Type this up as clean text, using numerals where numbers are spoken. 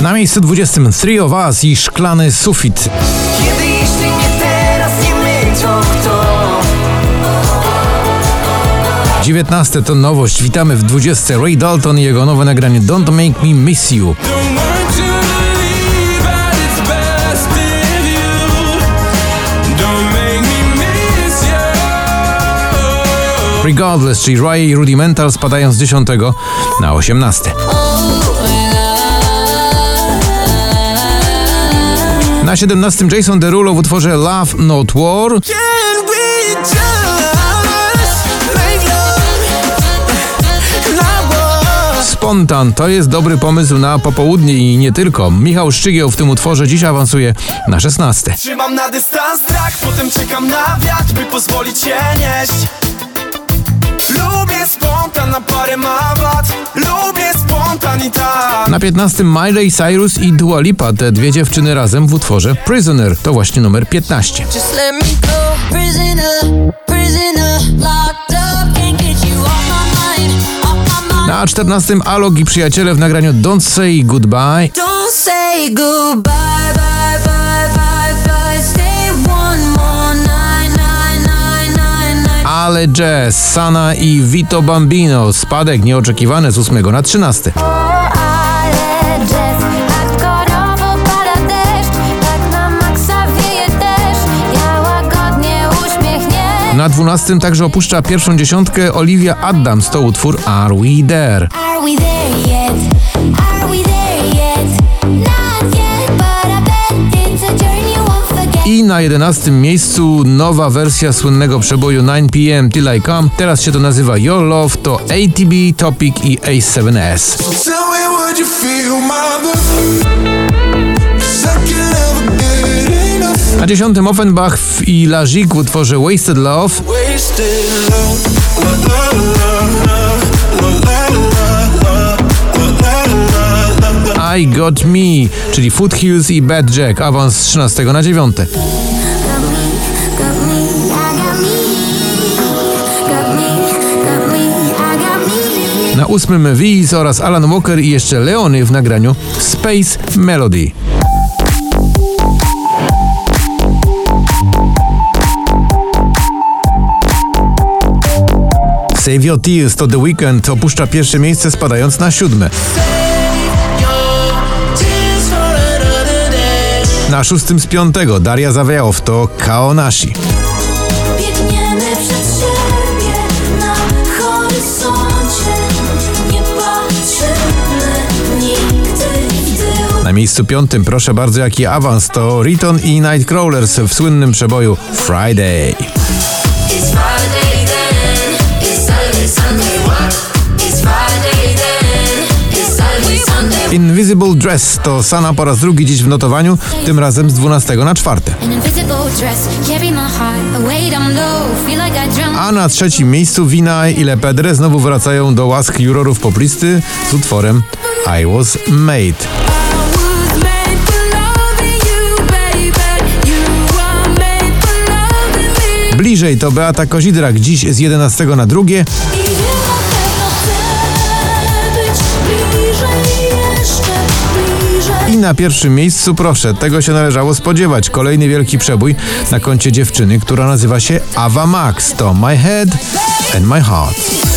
Na miejscu 20 Three of Us i Szklany sufit. Kiedy jeśli nie teraz, nie my, to kto? 19 to nowość. Witamy w 20 Ray Dalton i jego nowe nagranie Don't Make Me Miss You. Regardless, czyli Raya i Rudimental spadają z 10 na 18. Na 17 Jason Derulo w utworze Love Not War. Spontan to jest dobry pomysł na popołudnie i nie tylko. Michał Szczygieł w tym utworze dziś awansuje na 16. Trzymam na dystans strach, potem czekam na wiatr, by pozwolić się nieść. Lubię spontan, na parę ma wad. Lubię spontan i tak. Na 15 Miley Cyrus i Dua Lipa, te dwie dziewczyny razem w utworze Prisoner. To właśnie numer 15. Just let me go, prisoner, prisoner, locked up, can't get you off my mind, off my mind. Na 14 Alok i Przyjaciele w nagraniu Don't Say Goodbye. Don't say goodbye, bye, bye, bye, bye. Stay one more night, night, night, night, night. Ale Jazz, Sana i Vito Bambino. Spadek nieoczekiwany z 8 na 13. Ale jazz, hardkorowo pada deszcz, tak na maksa wieje deszcz, ja łagodnie uśmiechnięta. Na 12 także opuszcza pierwszą dziesiątkę Olivia Adams, to utwór Are We There. Are we there yet? Are we there yet? Not yet, but I bet it's a journey you won't forget. I na 11 miejscu nowa wersja słynnego przeboju 9 p.m. Till I Come. Teraz się to nazywa Your Love, to ATB, Topic i A7S. Tell me what you feel, mother. Na 10 Offenbach i Lazik w utworze Wasted Love. Wasted love. I Got Me, czyli Foothills i Bad Jack, awans z 13 na 9. Got me, I got me. Got me, I got me. Na 8 Wiz oraz Alan Walker i jeszcze Leony w nagraniu Space Melody. Save Your Tears to The Weeknd opuszcza pierwsze miejsce, spadając na 7. Na 6 z 5 Daria Zawiałow to Kaonashi. Biegniemy przed siebie na horyzoncie, nie patrzymy nigdy w tył. Na miejscu 5, proszę bardzo, jaki awans, to Riton i Nightcrawlers w słynnym przeboju Friday. It's Friday then, it's Saturday, Sunday, what? It's Friday then, it's Saturday, Sunday. Invisible Dress to Sana po raz drugi dziś w notowaniu, tym razem z 12 na 4. An invisible dress, carry my heart away down low, feel like I drowned. A na 3 miejscu Vinay i Lepedre znowu wracają do łask jurorów poplisty z utworem I Was Made. Bliżej to Beata Kozidrak dziś z 11 na 2. I wiem, na pewno chcę być bliżej, jeszcze bliżej. I na pierwszym miejscu, proszę, tego się należało spodziewać. Kolejny wielki przebój na koncie dziewczyny, która nazywa się Ava Max. To My Head and My Heart.